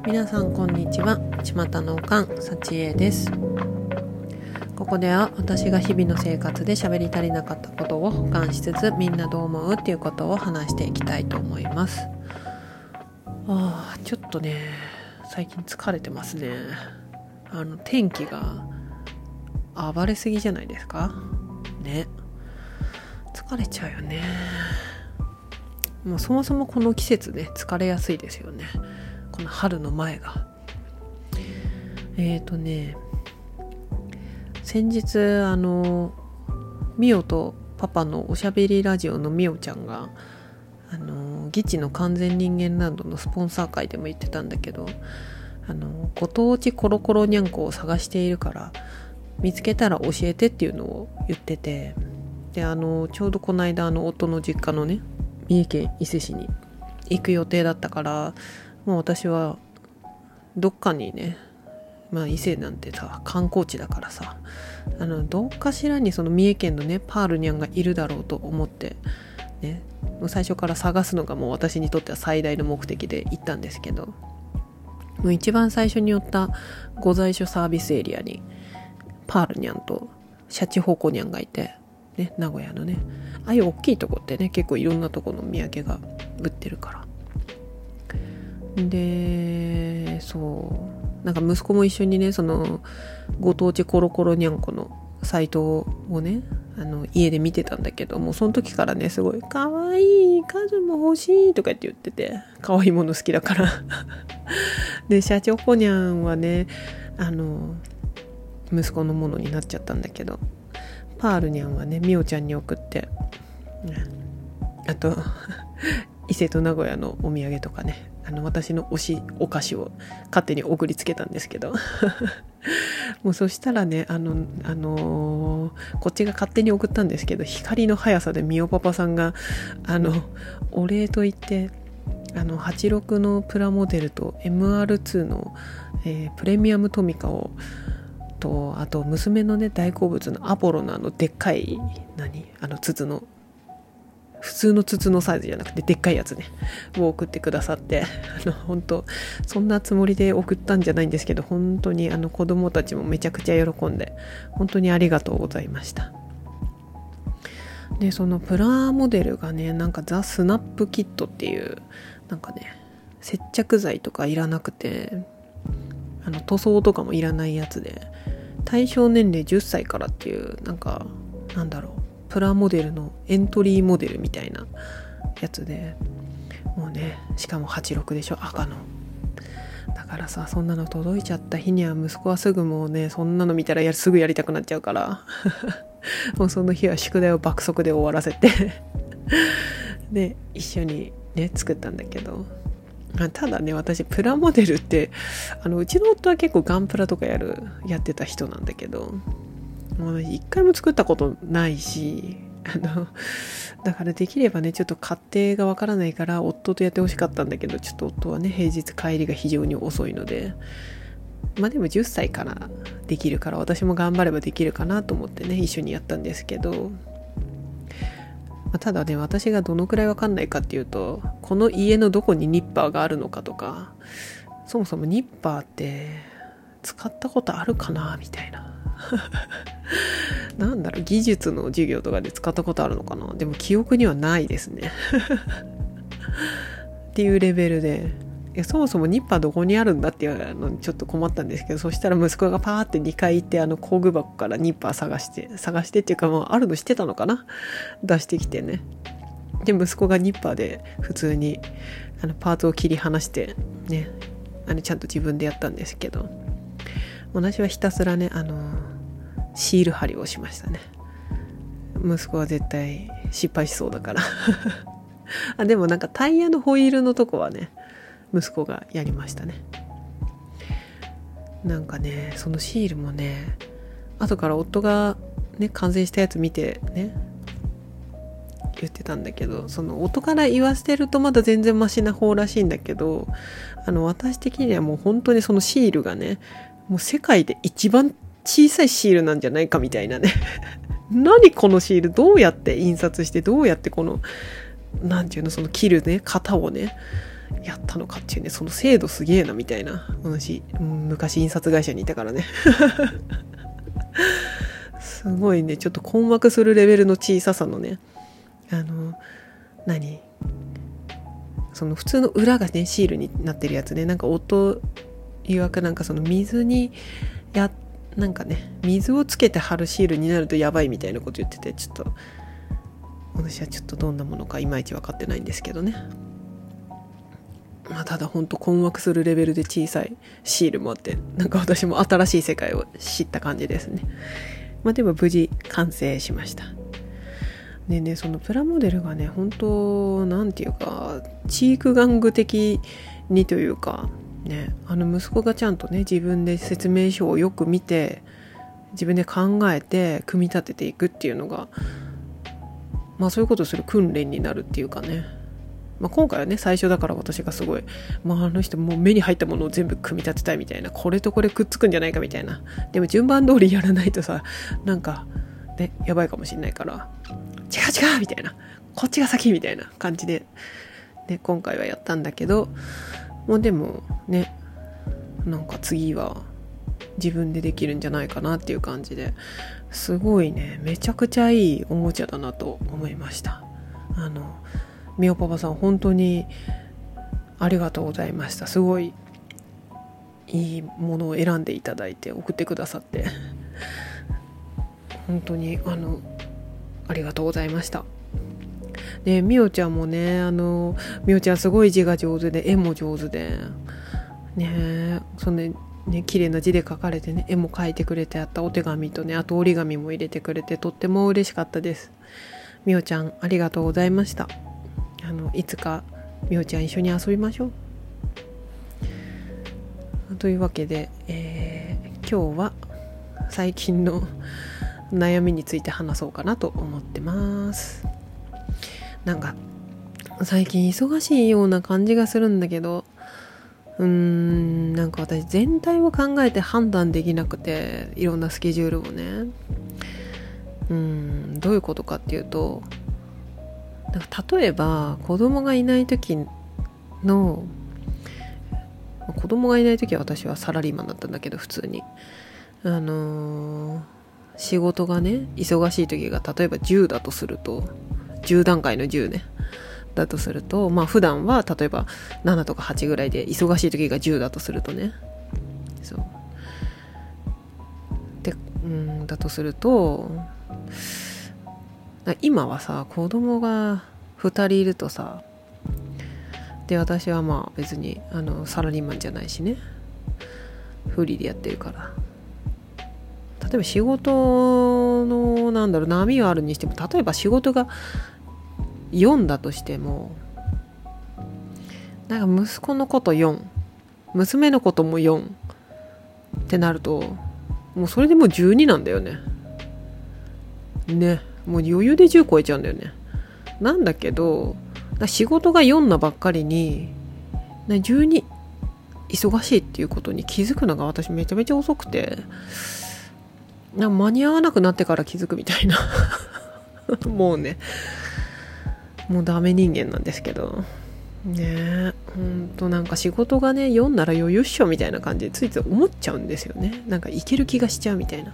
皆さんこんにちは。巷のおかん幸恵です。ここでは私が日々の生活で喋り足りなかったことを補完しつつ、みんなどう思うっていうことを話していきたいと思います。ちょっとね最近疲れてますね。天気が暴れすぎじゃないですかね。疲れちゃうよね。もうそもそもこの季節ね疲れやすいですよね。この春の前が先日ミオとパパのおしゃべりラジオのミオちゃんがギチの完全人間ランドのスポンサー会でも言ってたんだけど、ご当地コロコロニャンコを探しているから見つけたら教えてっていうのを言ってて、でちょうどこの間夫の実家のね三重県伊勢市に行く予定だったから、もう私はどっかにね、伊勢なんてさ観光地だからさ、どっかしらにその三重県のねパールニャンがいるだろうと思ってね、もう最初から探すのがもう私にとっては最大の目的で行ったんですけど、もう一番最初に寄った御在所サービスエリアにパールニャンとシャチホコニャンがいてね、名古屋のねああいう大きいとこってね結構いろんなとこの土産が売ってるから、でそうなんか息子も一緒にねそのご当地コロコロニャンコのサイトをね家で見てたんだけど、もうその時からねすごい可愛い数も欲しいとかって言ってて、可愛いもの好きだからでシャチホコニャンはね息子のものになっちゃったんだけど、パールニャンはねミオちゃんに送って、あと伊勢と名古屋のお土産とかね私の推しお菓子を勝手に送りつけたんですけどもうそしたらねこっちが勝手に送ったんですけど、光の速さでミオパパさんがお礼と言って86のプラモデルと MR2 の、プレミアムトミカをと、あと娘のね大好物のアポロのでっかい筒の普通の筒のサイズじゃなくてでっかいやつねを送ってくださって、本当そんなつもりで送ったんじゃないんですけど、本当に子供たちもめちゃくちゃ喜んで本当にありがとうございました。でそのプラモデルがねなんかザ・スナップキットっていうなんかね接着剤とかいらなくて塗装とかもいらないやつで、対象年齢10歳からっていうプラモデルのエントリーモデルみたいなやつで、もうねしかも86でしょ、赤の。だからさそんなの届いちゃった日には息子はすぐもうねそんなの見たらすぐやりたくなっちゃうからもうその日は宿題を爆速で終わらせてで一緒にね作ったんだけど、ただね私プラモデルってうちの夫は結構ガンプラとかやってた人なんだけど、もう一回も作ったことないしだからできればねちょっと家庭がわからないから夫とやってほしかったんだけど、ちょっと夫はね平日帰りが非常に遅いので、でも10歳からできるから私も頑張ればできるかなと思ってね一緒にやったんですけど、ただね私がどのくらいわかんないかっていうと、この家のどこにニッパーがあるのかとか、そもそもニッパーって使ったことあるかなみたいな技術の授業とかで使ったことあるのかな、でも記憶にはないですねっていうレベルで、そもそもニッパーどこにあるんだっていうのにちょっと困ったんですけど、そしたら息子がパーって2回行って工具箱からニッパー探してっていうか、もうあるの知ってたのかな、出してきてね、で息子がニッパーで普通にパーツを切り離してねちゃんと自分でやったんですけど、私はひたすらねシール貼りをしましたね。息子は絶対失敗しそうだからでもなんかタイヤのホイールのとこはね息子がやりましたね。なんかねそのシールもね後から夫がね完成したやつ見てね言ってたんだけど、その夫から言わせてるとまだ全然マシな方らしいんだけど、私的にはもう本当にそのシールがねもう世界で一番小さいシールなんじゃないかみたいなね何このシールどうやって印刷して、どうやってこのなんていうのその切るね型をねやったのかっていうね、その精度すげえなみたいな。私、昔印刷会社にいたからねすごいね、ちょっと困惑するレベルの小ささのね、その普通の裏がねシールになってるやつね、なんか音曰くなんかその水になんかね水をつけて貼るシールになるとやばいみたいなこと言ってて、ちょっと私はちょっとどんなものかいまいち分かってないんですけどね。まあただ本当困惑するレベルで小さいシールもあって、なんか私も新しい世界を知った感じですね。まあでも無事完成しました。でね、そのプラモデルがね、本当なんていうかチーク玩具的にというかね、息子がちゃんとね自分で説明書をよく見て自分で考えて組み立てていくっていうのが、まあそういうことをする訓練になるっていうかね、まあ、今回はね最初だから私がすごい、まあ、あの人もう目に入ったものを全部組み立てたいみたいな、これとこれくっつくんじゃないかみたいな、でも順番通りやらないとさなんかねやばいかもしれないから、違う違うみたいな、こっちが先みたいな感じで、ね、今回はやったんだけど、もうでもねなんか次は自分でできるんじゃないかなっていう感じで、すごいねめちゃくちゃいいおもちゃだなと思いました。みおパパさん本当にありがとうございました。すごいいいものを選んでいただいて送ってくださって本当にありがとうございました。でみおちゃんもね、みおちゃんすごい字が上手で絵も上手でね、そんでね綺麗な字で書かれてね、絵も描いてくれてあったお手紙とね、あと折り紙も入れてくれてとっても嬉しかったです。みおちゃんありがとうございました。いつかみおちゃん一緒に遊びましょう。というわけで、今日は最近の悩みについて話そうかなと思ってます。なんか最近忙しいような感じがするんだけど、なんか私全体を考えて判断できなくて、いろんなスケジュールをね、どういうことかっていうと、なんか例えば子供がいない時は私はサラリーマンだったんだけど、普通に仕事がね忙しい時が例えば10だとすると、10段階の10ねだとすると、まあ普段は例えば7とか8ぐらいで、忙しい時が10だとするとね、そうでだとすると、今はさ子供が2人いるとさ、で私はまあ別にサラリーマンじゃないしね、フリーでやってるから、例えば仕事の波はあるにしても、例えば仕事が4だとしても、なんか息子のこと4、娘のことも4ってなると、もうそれでもう12なんだよね。もう余裕で10超えちゃうんだよね。なんだけど仕事が4なばっかりに12忙しいっていうことに気づくのが私めちゃめちゃ遅くて、間に合わなくなってから気づくみたいなもうダメ人間なんですけどね。ほんとなんか仕事がね4なら余裕っしょみたいな感じでついつい思っちゃうんですよね。なんかいける気がしちゃうみたいな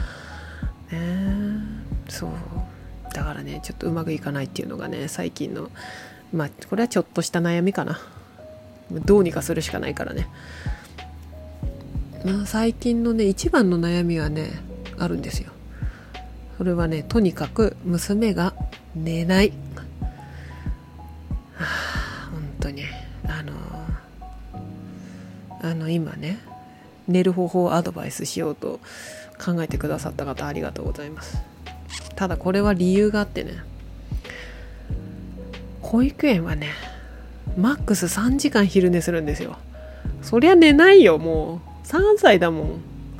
そうだからね、ちょっとうまくいかないっていうのがね最近の、まあこれはちょっとした悩みかな。どうにかするしかないからね。まあ最近のね一番の悩みはねあるんですよ。それはね、とにかく娘が寝ない。本当に今ね寝る方法をアドバイスしようと考えてくださった方ありがとうございます。ただこれは理由があってね、保育園はねマックス3時間昼寝するんですよ。そりゃ寝ないよ、もう3歳だもん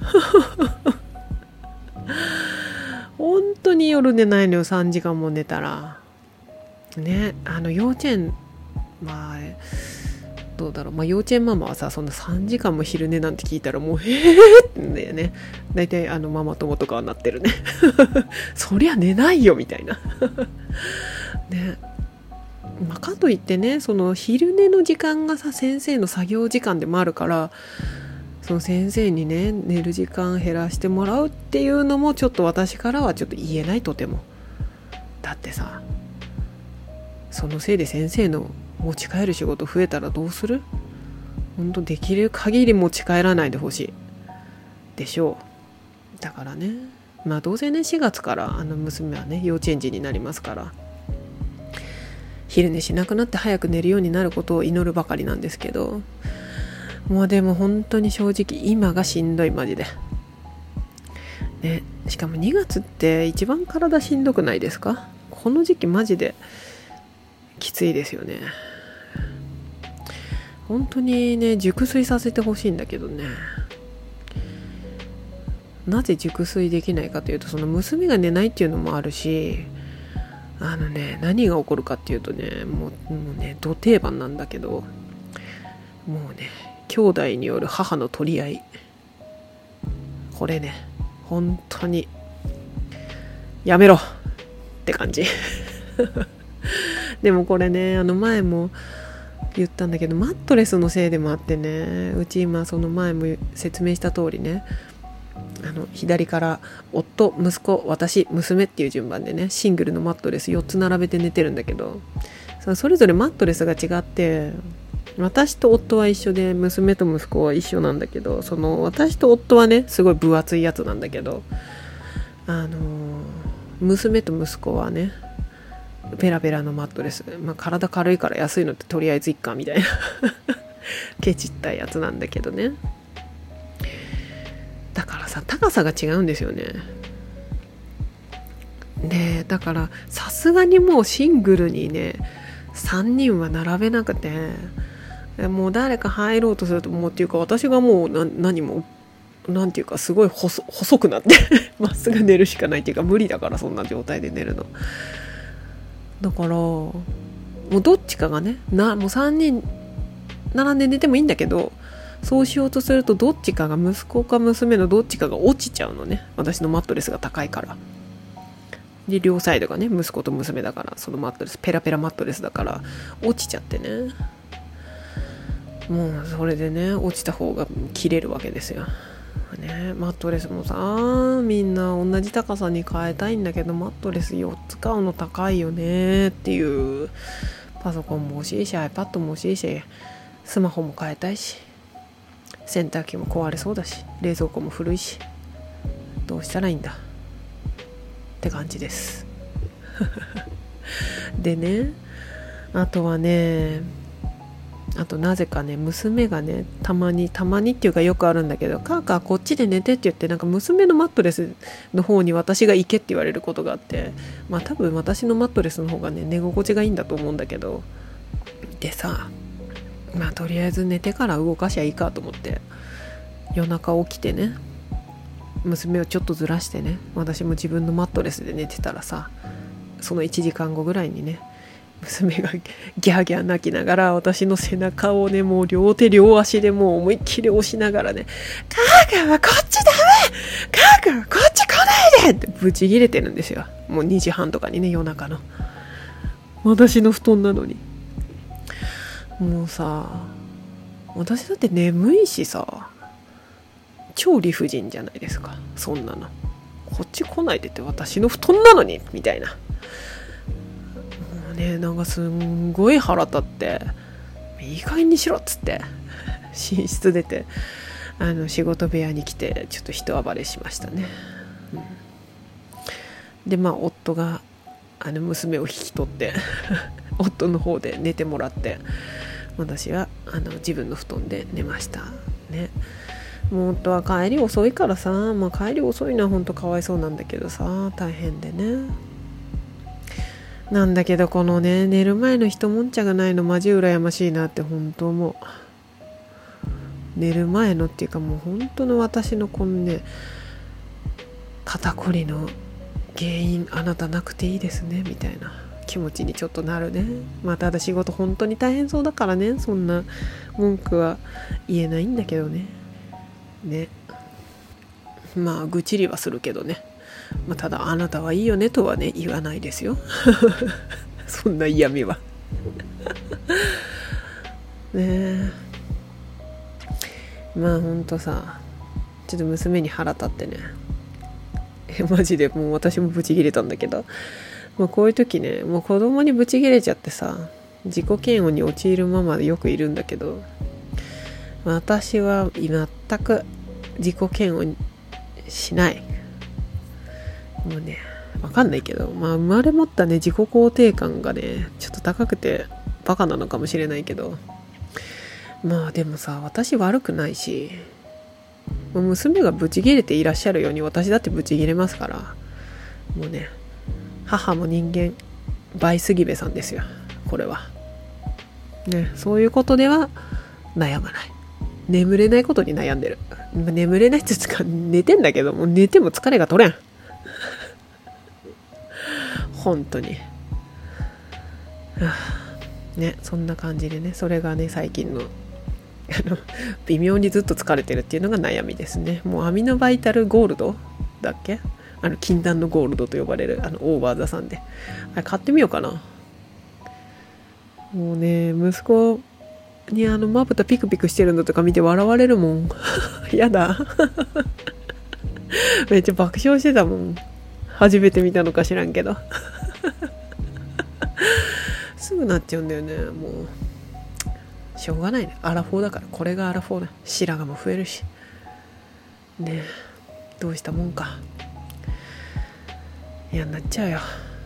本当に夜寝ないのよ、3時間も寝たらね。幼稚園、まあどうだろう、まあ幼稚園ママはさ、そんな3時間も昼寝なんて聞いたらもうへーってんだよね。だいたいママ友とかはなってるねそりゃ寝ないよみたいなね。 かといってね、その昼寝の時間がさ先生の作業時間でもあるから、その先生にね寝る時間減らしてもらうっていうのもちょっと私からはちょっと言えない。とても。だってさ、そのせいで先生の持ち帰る仕事増えたらどうする？本当できる限り持ち帰らないでほしいでしょう。だからね、どうせね4月から娘はね幼稚園児になりますから、昼寝しなくなって早く寝るようになることを祈るばかりなんですけど、でも本当に正直今がしんどい、マジでね。しかも2月って一番体しんどくないですか？この時期マジできついですよね。本当にね熟睡させてほしいんだけどね。なぜ熟睡できないかというと、その娘が寝ないっていうのもあるし、何が起こるかっていうとね、もうねど定番なんだけど、もうね兄弟による母の取り合い、これね本当にやめろって感じでもこれね前も言ったんだけど、マットレスのせいでもあってね、うち今その前も説明した通りね、左から夫、息子、私、娘っていう順番でねシングルのマットレス4つ並べて寝てるんだけど、それぞれマットレスが違って、私と夫は一緒で娘と息子は一緒なんだけど、その私と夫はねすごい分厚いやつなんだけど、娘と息子はねペラペラのマットレス、体軽いから安いのってとりあえずいっかみたいなケチったやつなんだけどね。だからさ高さが違うんですよね。でだからさすがにもうシングルにね3人は並べなくて、もう誰か入ろうとするともうっていうか、私がもう何もなんていうかすごい細くなってまっすぐ寝るしかないっていうか、無理だからそんな状態で寝るの。だからもうどっちかがねもう3人並んで寝てもいいんだけど、そうしようとするとどっちかが、息子か娘のどっちかが落ちちゃうのね、私のマットレスが高いから。で両サイドがね息子と娘だから、そのマットレスペラペラマットレスだから落ちちゃってね、もうそれでね落ちた方が切れるわけですよね。マットレスもさみんな同じ高さに変えたいんだけど、マットレス4つ買うの高いよねっていう。パソコンも欲しいし iPad も欲しいし、スマホも変えたいし、洗濯機も壊れそうだし、冷蔵庫も古いし、どうしたらいいんだって感じですでね、あとはね、なぜかね娘がねたまにっていうかよくあるんだけど、カーカーこっちで寝てって言って、なんか娘のマットレスの方に私が行けって言われることがあって、多分私のマットレスの方がね寝心地がいいんだと思うんだけど、でさとりあえず寝てから動かしゃいいかと思って夜中起きてね、娘をちょっとずらしてね、私も自分のマットレスで寝てたらさ、その1時間後ぐらいにね娘がギャーギャー泣きながら私の背中をねもう両手両足でもう思いっきり押しながらね、カーカーはこっちダメ、カーカーはこっち来ないでってブチギレてるんですよ。もう2時半とかにね、夜中の私の布団なのに。もうさ私だって眠いしさ、超理不尽じゃないですかそんなの。こっち来ないでって私の布団なのにみたいな。なんかすんごい腹立って、いい加減にしろっつって寝室出て仕事部屋に来てちょっと一暴れしましたね、で夫が娘を引き取って夫の方で寝てもらって、私は自分の布団で寝ましたね。もう夫は帰り遅いからさ、帰り遅いのは本当かわいそうなんだけどさ、大変でね。なんだけどこのね寝る前の一悶着がないのマジ羨ましいなって本当思う。寝る前のっていうかもう本当の私のこのね肩こりの原因あなたなくていいですねみたいな気持ちにちょっとなるね。ただ仕事本当に大変そうだからね、そんな文句は言えないんだけどね。愚痴りはするけどね、ただあなたはいいよねとはね言わないですよそんな嫌味はねえ、まあほんとさ、ちょっと娘に腹立ってね、マジでもう私もブチギレたんだけど、もうこういう時ね、もう子供にブチギレちゃってさ、自己嫌悪に陥るママでよくいるんだけど、私は全く自己嫌悪しない。もうね、わかんないけど、まあ生まれ持ったね自己肯定感がねちょっと高くてバカなのかもしれないけど、まあでもさ、私悪くないし、娘がブチギレていらっしゃるように私だってブチギレますから、もうね、母も人間倍杉部さんですよ、これはね。そういうことでは悩まない。眠れないことに悩んでる。眠れないって言うか寝てんだけど、もう寝ても疲れが取れん本当にね、そんな感じでね、それがね最近の微妙にずっと疲れてるっていうのが悩みですね。もうアミノバイタルゴールドだっけ、禁断のゴールドと呼ばれるオーバーザさんで、あれ買ってみようかな。もうね、息子にまぶたピクピクしてるのとか見て笑われるもんやだめっちゃ爆笑してたもん、初めて見たのか知らんけどすぐなっちゃうんだよね。もうしょうがないね、アラフォーだから。これがアラフォーだ。白髪も増えるしね。どうしたもんか、嫌になっちゃうよ。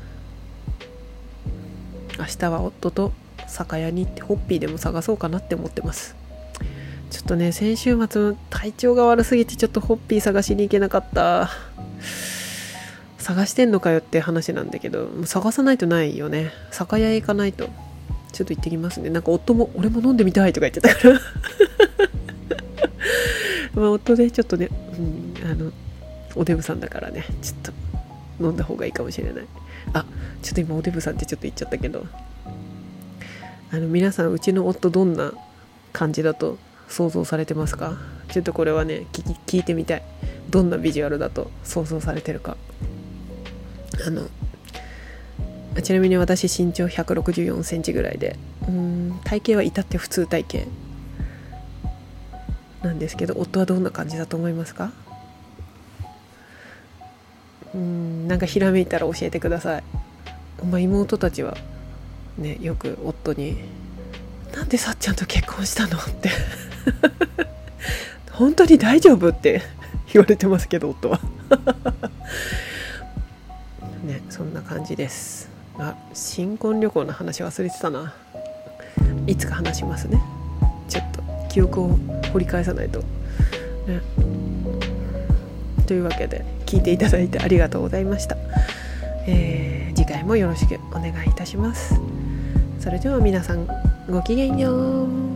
明日は夫と酒屋に行ってホッピーでも探そうかなって思ってます。ちょっとね、先週末体調が悪すぎてちょっとホッピー探しに行けなかった。探してんのかよって話なんだけど、探さないとないよね。酒屋へ行かないと。ちょっと行ってきますね。なんか夫も俺も飲んでみたいとか言ってたからまあ夫でちょっとね、おデブさんだからね、ちょっと飲んだ方がいいかもしれない。あ、ちょっと今おデブさんってちょっと言っちゃったけど、皆さんうちの夫どんな感じだと想像されてますか？ちょっとこれはね聞いてみたい。どんなビジュアルだと想像されてるか。ちなみに私身長164センチぐらいで、体型は至って普通体型なんですけど、夫はどんな感じだと思いますか？なんかひらめいたら教えてください。妹たちはね、よく夫になんでさっちゃんと結婚したのって本当に大丈夫って言われてますけど、夫はね、そんな感じです。新婚旅行の話忘れてたな。いつか話しますね。ちょっと記憶を掘り返さないと、ね、というわけで聞いていただいてありがとうございました。次回もよろしくお願いいたします。それでは皆さんごきげんよう。